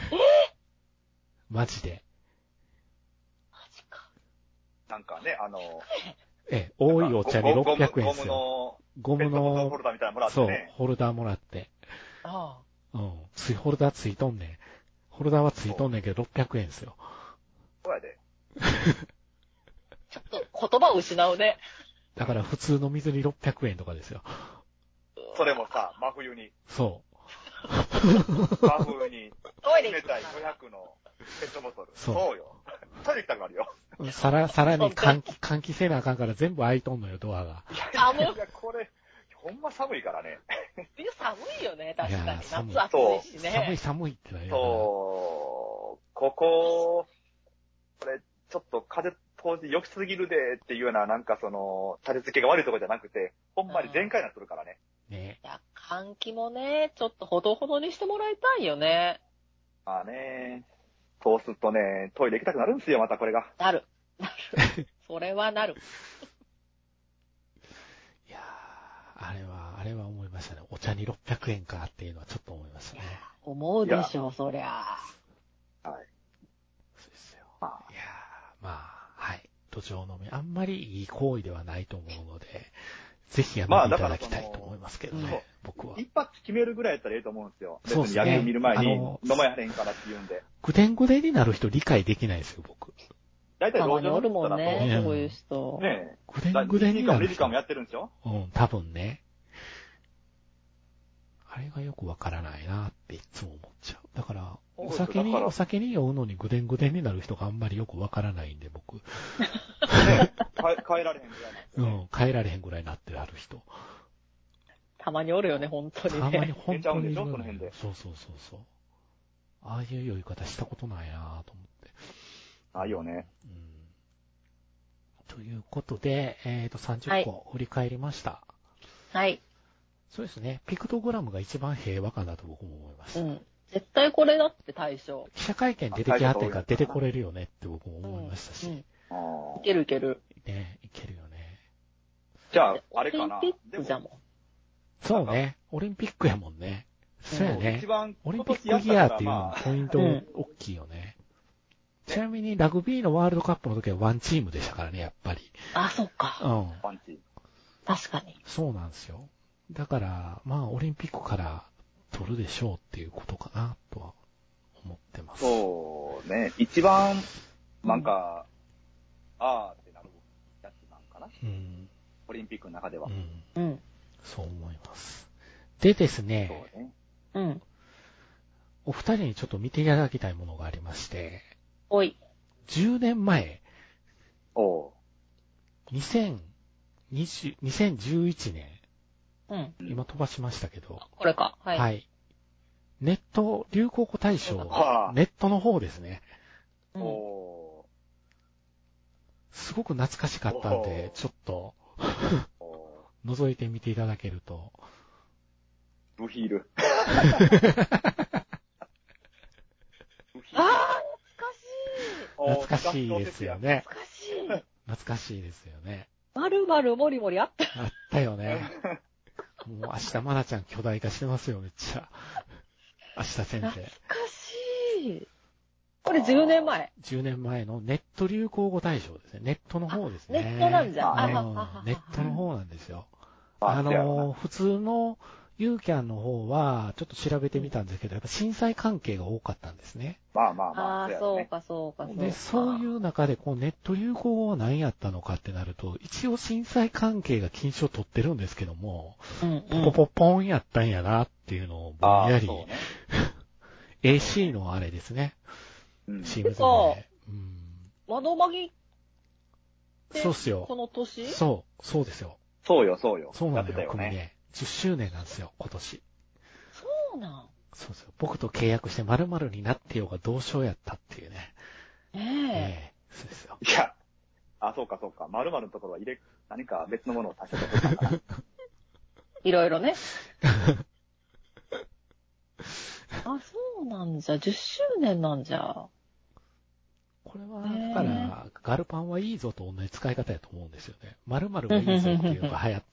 マジで。 マジか。 なんかね、 多いお茶に600円っすよ。ゴムの、 ホルダーみたいなのもらってね。 そう、ホルダーもらって。 ああ。うん。ホルダーついとんねん。ホルダーはついとんねんけど600円っすよ。 そうやで。 ちょっと言葉を失うね。 だから普通の水に600円とかですよ。 それもさ、真冬に。 そう。 真冬に。 トイレ冷たい500のペットボトル。 そう。 そうよ。トイレ行きたくなるよ。 さらに換気せなあかんから全部開いとんのよ、ドアが。 いや、これ、ほんま寒いからね。 冬寒いよね、確かに。夏暑暑いしね。 寒いってなるよ。 そう。これ、ちょっと風通し良くすぎるでっていうような、なんか立て付けが悪いところじゃなくて、ほんまに全開になってるからね。 ね。 いや、換気もね、ちょっとほどほどにしてもらいたいよね。 まあね、そうするとね、トイレ行きたくなるんですよ、またこれが。 なる。それはなる。 いやー、あれは思いましたね。お茶に600円かっていうのはちょっと思いましたね。 思うでしょ、そりゃ。 はい。 そうですよ。いやー、まあ、はい。土壌飲み、あんまりいい行為ではないと思うので、ぜひやめていただきたいと思いますけどね、僕は。 一発決めるぐらいやったらいいと思うんですよ。 そうですね。 別に野球見る前に飲まやれんからって言うんで。 ぐでんぐでんになる人理解できないですよ、僕。 大体路上おるもんだね、そういう人。 ねぐでんぐでんになる人。 2時間もやってるんですよ。 うん、多分ね。あれがよくわからないなっていつも思っちゃう。だから、お酒に酔うのにぐでんぐでんになる人があんまりよくわからないんで、僕。 変えられへんぐらいなんですよ、ね。 うん、変えられへんぐらいになってある人。 たまにおるよね、本当にね。 たまに本当に。 その辺で。 そう。ああいう酔い方したことないなと思って。 ないよね。 うん。ということで、30個振り返りました。 はい。 そうですね。ピクトグラムが一番平和かなと僕も思います。 うん。絶対これだって対象。 記者会見出てきはってんから出てこれるよねって僕も思いましたし。 いけるいける。 ね、いけるよね。 じゃあ、あれかな。 オリンピックじゃもん。 そうね。オリンピックやもんね。そうやね。 一番オリンピックギアっていうのポイント大きいよね。ちなみにラグビーのワールドカップの時はワンチームでしたからね、やっぱり。 あ、そっか。 うん。 ワンチーム。 確かに。 そうなんですよ。だから、まあ、オリンピックから取るでしょうっていうことかな、とは思ってます。 そうね。一番、なんか、ってなるやつなんかな。 うん。 オリンピックの中では。 うん。 そう思います。でですね。 そうね。 うん。 お二人にちょっと見ていただきたいものがありまして。 おい。 10年前。 おう。 2011年。 うん。 今飛ばしましたけど。 これか。はい。 はい。ネット流行語大賞、ネットの方ですね。 おー。 すごく懐かしかったんで、ちょっと、覗いてみていただけると。 ブヒール。 懐かしいですよね。 懐かしいですよね。 丸々もりもりあった。 あったよね。もう明日まなちゃん巨大化してますよ、めっちゃ。明日先生。 懐かしい。これ10年前。 10年前のネット流行語大賞ですね。ネットの方ですね。 ネットなんじゃ。 ネットの方なんですよ。普通のユーキャンの方は、ちょっと調べてみたんですけど、やっぱ震災関係が多かったんですね。 まあ。 そうか。 で、そういう中で、ネット流行語は何やったのかってなると、一応震災関係が金賞取ってるんですけども、ポポポンやったんやなっていうのをぼんやり、AC のあれですね。シームズで。 窓マギそうっすよ。 この年そうですよ。 そうよ。 そうなんだよ、組ね。10周年なんですよ、今年。 そうなん。 そうですよ。僕と契約して〇〇になってようが同賞やったっていうね。 そうですよ。 いや、 あ、そうかそうか。〇〇のところは何か別のものを足したところかな。 いろいろね。あ、そうなんじゃ。10周年なんじゃ。 これは、だから、ガルパンはいいぞと同じ使い方やと思うんですよね。〇〇がいいぞっていうのが流行った。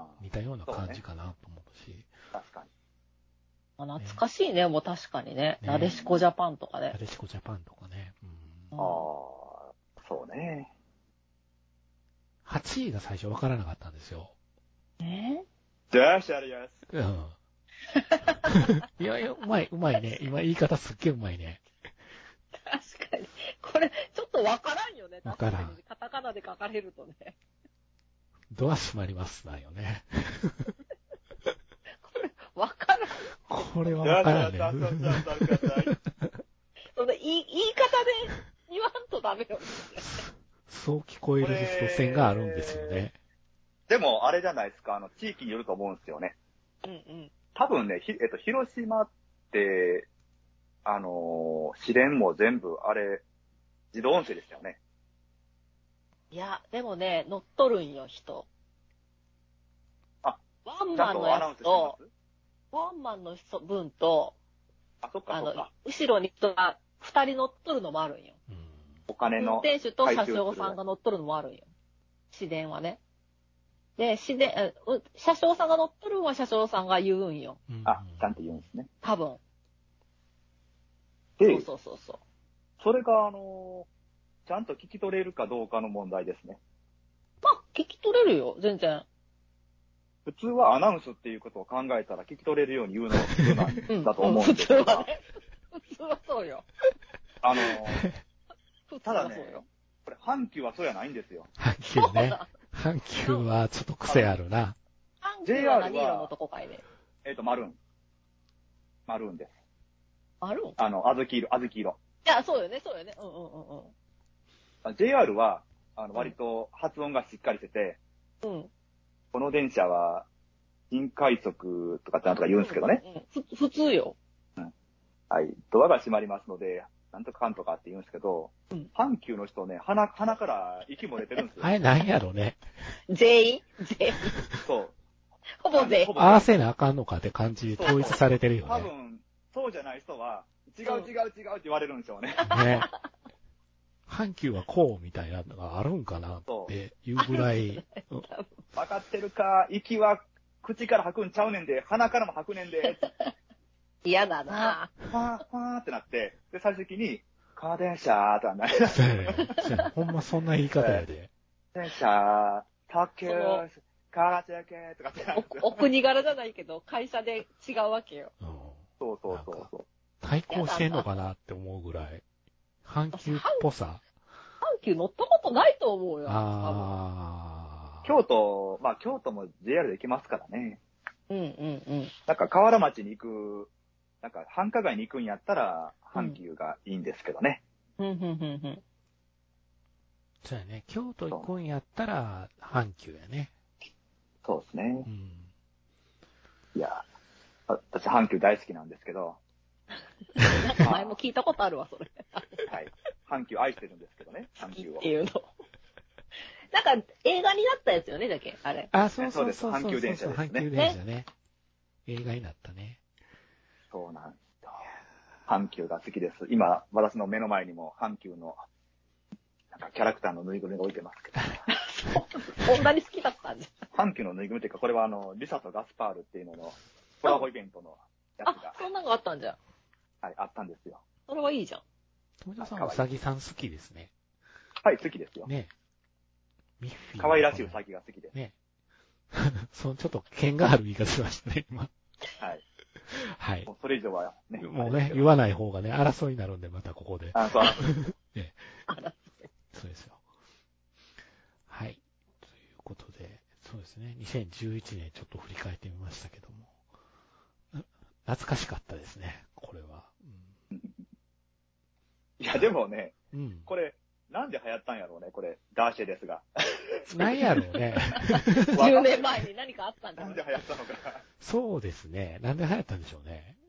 似たような感じかなと思うし。 確かに。 懐かしいね、もう確かにね。なでしこジャパンとかね。 なでしこジャパンとかね。 そうね。 8位が最初わからなかったんですよ。 じゃあ、シャリアス。 うん。いやいや、うまいね。今言い方すっげえうまいね。 確かに。これ、ちょっとわからんよね。 わからん。 カタカナで書かれるとね。 ドア閉まりますなんよね。 これ、わからん。 これはわからんね。 その言い方で言わんとダメよ。 そう聞こえる線があるんですよね。 でも、あれじゃないですか、地域によると思うんですよね。多分ね、広島って、試練も全部、あれ、自動音声でしたよね。 いや、でもね、乗っとるんよ、人。 あ、 ワンマンのやつと、ワンマンの分と、 そっかそっか。 後ろに人が2人乗っとるのもあるんよ。 お金の。 運転手と車掌さんが乗っとるのもあるんよ。市電はね。で、車掌さんが乗っとるのは車掌さんが言うんよ。 ちゃんと言うんですね。 多分。 で、 そう。 それが、ちゃんと聞き取れるかどうかの問題ですね。 まあ、聞き取れるよ、全然。 普通はアナウンスっていうことを考えたら聞き取れるように言うのが普通なんだと思うんですけど。 普通はね。普通はそうよ。 ただね、これ、阪急はそうやないんですよ。 阪急ね。阪急はちょっと癖あるな。 阪急は何色のとこかいで。 マルーン。マルーンです。 マルーン？ 小豆色。 いや、そうよね。 JR は、割と発音がしっかりしてて、この電車は、新快速とかってなんとか言うんですけどね。 普通よ。 はい。ドアが閉まりますので、なんとかかんとかって言うんですけど、阪急の人ね、鼻から息も出てるんですよ。 あれなんやろね。 全員そう。 ほぼ全員。 合わせなあかんのかって感じで統一されてるよね。 多分、そうじゃない人は、違うって言われるんでしょうね。 ね。阪急はこうみたいなのがあるんかなっていうぐらい。 分かってるか、息は口から吐くんちゃうねんで、鼻からも吐くねんで。 嫌だなぁ。ファーってなって、で、最終的に、カー電車ーとはなりだね。ほんまそんな言い方やで。 電車、特急、カーチェケとかってなる。 お国柄じゃないけど、会社で違うわけよ。 そう。 対抗してんのかなって思うぐらい。阪急っぽさ。 阪急乗ったことないと思うよ。 京都も JR で行きますからね。なんか河原町に行く、なんか繁華街に行くんやったら、阪急がいいんですけどね。 そうやね。京都行くんやったら、阪急やね。 そうですね。いや、私阪急大好きなんですけど。 なんか前も聞いたことあるわ、それ。 はい。阪急愛してるんですけどね、阪急を。 っていうの。なんか映画になったやつよね、だけあれ。 そうです。阪急電車ですね。阪急電車ね。映画になったね。 そうなんですよ。阪急が好きです。今、私の目の前にも阪急の、なんかキャラクターのぬいぐるみが置いてますけど。そんなに好きだったんですか？阪急のぬいぐるみっていうか、これはリサとガスパールっていうののコラボイベントのやつが。 そんなのがあったんじゃ。 はい、あったんですよ。 それはいいじゃん。 友達さん、うさぎさん好きですね。 はい、好きですよ。 ね。ミッフィー。 可愛らしいうさぎが好きです。 ね。ちょっと剣がある言い方しましたね、今。 はい。 はい。 もうそれ以上はね。 もうね、言わない方がね、争いになるんで、またここで。 そう。 ね。そうですよ。はい。ということで、そうですね、2011年ちょっと振り返ってみましたけども。懐かしかったですね、これは。 いや、でもね、これ、なんで流行ったんやろうね、これ、ダーシェですが。 なんやろうね。 10年前に何かあったんだろう。 なんで流行ったのか。 そうですね。なんで流行ったんでしょうね。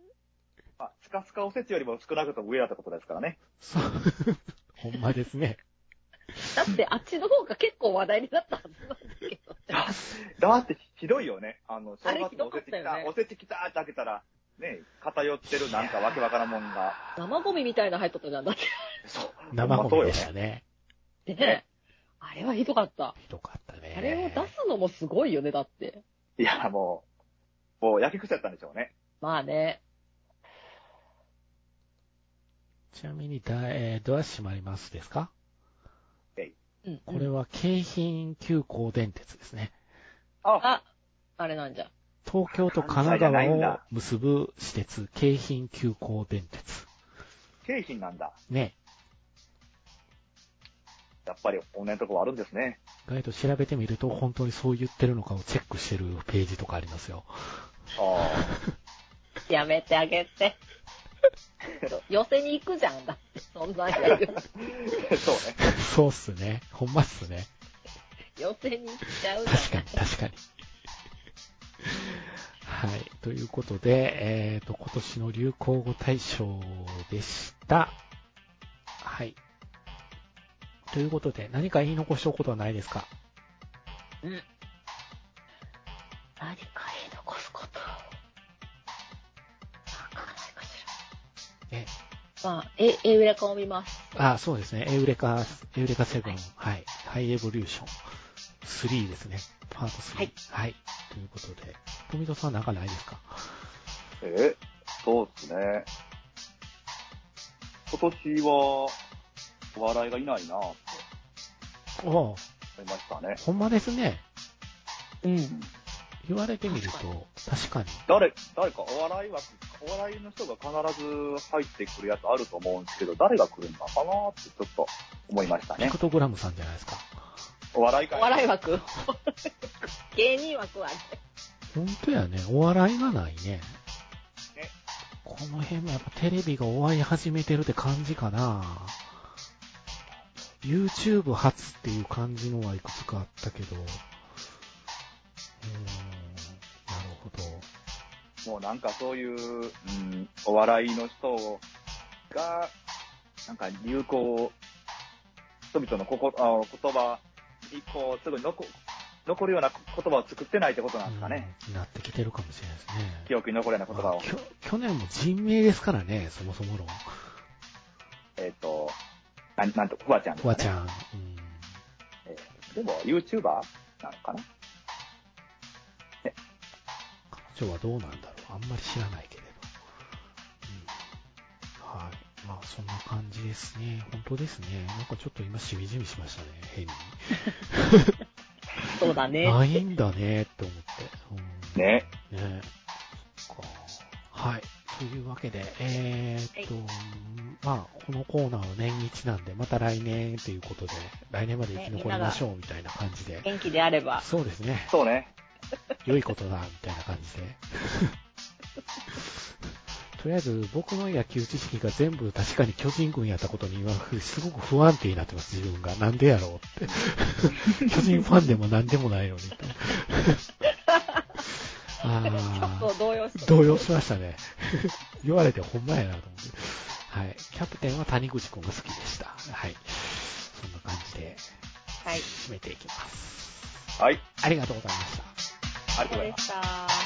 スカスカおせちよりも少なくとも上だったことですからね。 そう。ほんまですね。 だってあっちの方が結構話題になったはずなんだけど。 だってひどいよね。正月あれひどかったよねおせち来たって開けたら、ね、偏ってるなんかわけわからんもんが。 生ゴミみたいな入っとったじゃん、だって。 そう。 生ゴミでしたね。 ね。あれはひどかった。 ひどかったね。 あれを出すのもすごいよね、だって。 いや、もう、やけくそやったんでしょうね。 まあね。 ちなみに、ドア閉まりますですか？これは京浜急行電鉄ですね。 あれなんじゃ。 東京と神奈川を結ぶ私鉄、京浜急行電鉄。 京浜なんだ。 ね。 やっぱり同じところあるんですね。 意外と調べてみると、本当にそう言ってるのかをチェックしてるページとかありますよ。 やめてあげて。寄せに行くじゃん、だって。そんなんやる。 そうね。 そうっすね。ほんまっすね。 寄せに行っちゃうじゃん。 確かに。はい。ということで、今年の流行語大賞でした。はい。ということで、何か言い残しておくことはないですか？ 何か言い残すこと。なんかないかしら。まあ、エウレカを見ます。 そうですね。エウレカ7、はい。ハイエボリューション3ですね。パート3。はい。ということで、富戸さんなんかないですか？ そうですね。今年は、お笑いがいないなぁって思いましたね。 ほんまですね。 うん。 言われてみると、確かに。 誰かお笑いの人が必ず入ってくるやつあると思うんですけど、誰が来るんだかなぁってちょっと思いましたね。 ピクトグラムさんじゃないですか。 お笑い枠芸人枠はね。 ほんとやね。お笑いがないね。この辺もやっぱテレビが終わり始めてるって感じかな。YouTube 初っていう感じのはいくつかあったけど。なるほど。もうなんかそういう、お笑いの人が、なんか流行、人々の言葉にこう、すぐ残るような言葉を作ってないってことなんですかね。 なってきてるかもしれないですね。 記憶に残るような言葉を。 去年も人名ですからね、そもそもの。 なんと、フワちゃんですかね。 フワちゃん。 でも、YouTuber なのかな？ 彼女はどうなんだろう。あんまり知らないけれど。はい。まあ、そんな感じですね。本当ですね。なんかちょっと今、しみじみしましたね。変に。 そうだね。 ないんだね、って思って。 ね。 そっか。はい。というわけで、まあ、このコーナーは年一なんで、また来年ということで、来年まで生き残りましょうみたいな感じで。 元気であれば。 そうですね。 そうね。 良いことだ、みたいな感じで。とりあえず、僕の野球知識が全部確かに巨人軍やったことにすごく不安定になってます、自分が。なんでやろうって。巨人ファンでもなんでもないのに。 ちょっと動揺しましたね。言われてほんまやなと思って。はい。キャプテンは谷口くんが好きでした。はい。そんな感じで、締めていきます。 はい。 ありがとうございました。 ありがとうございました。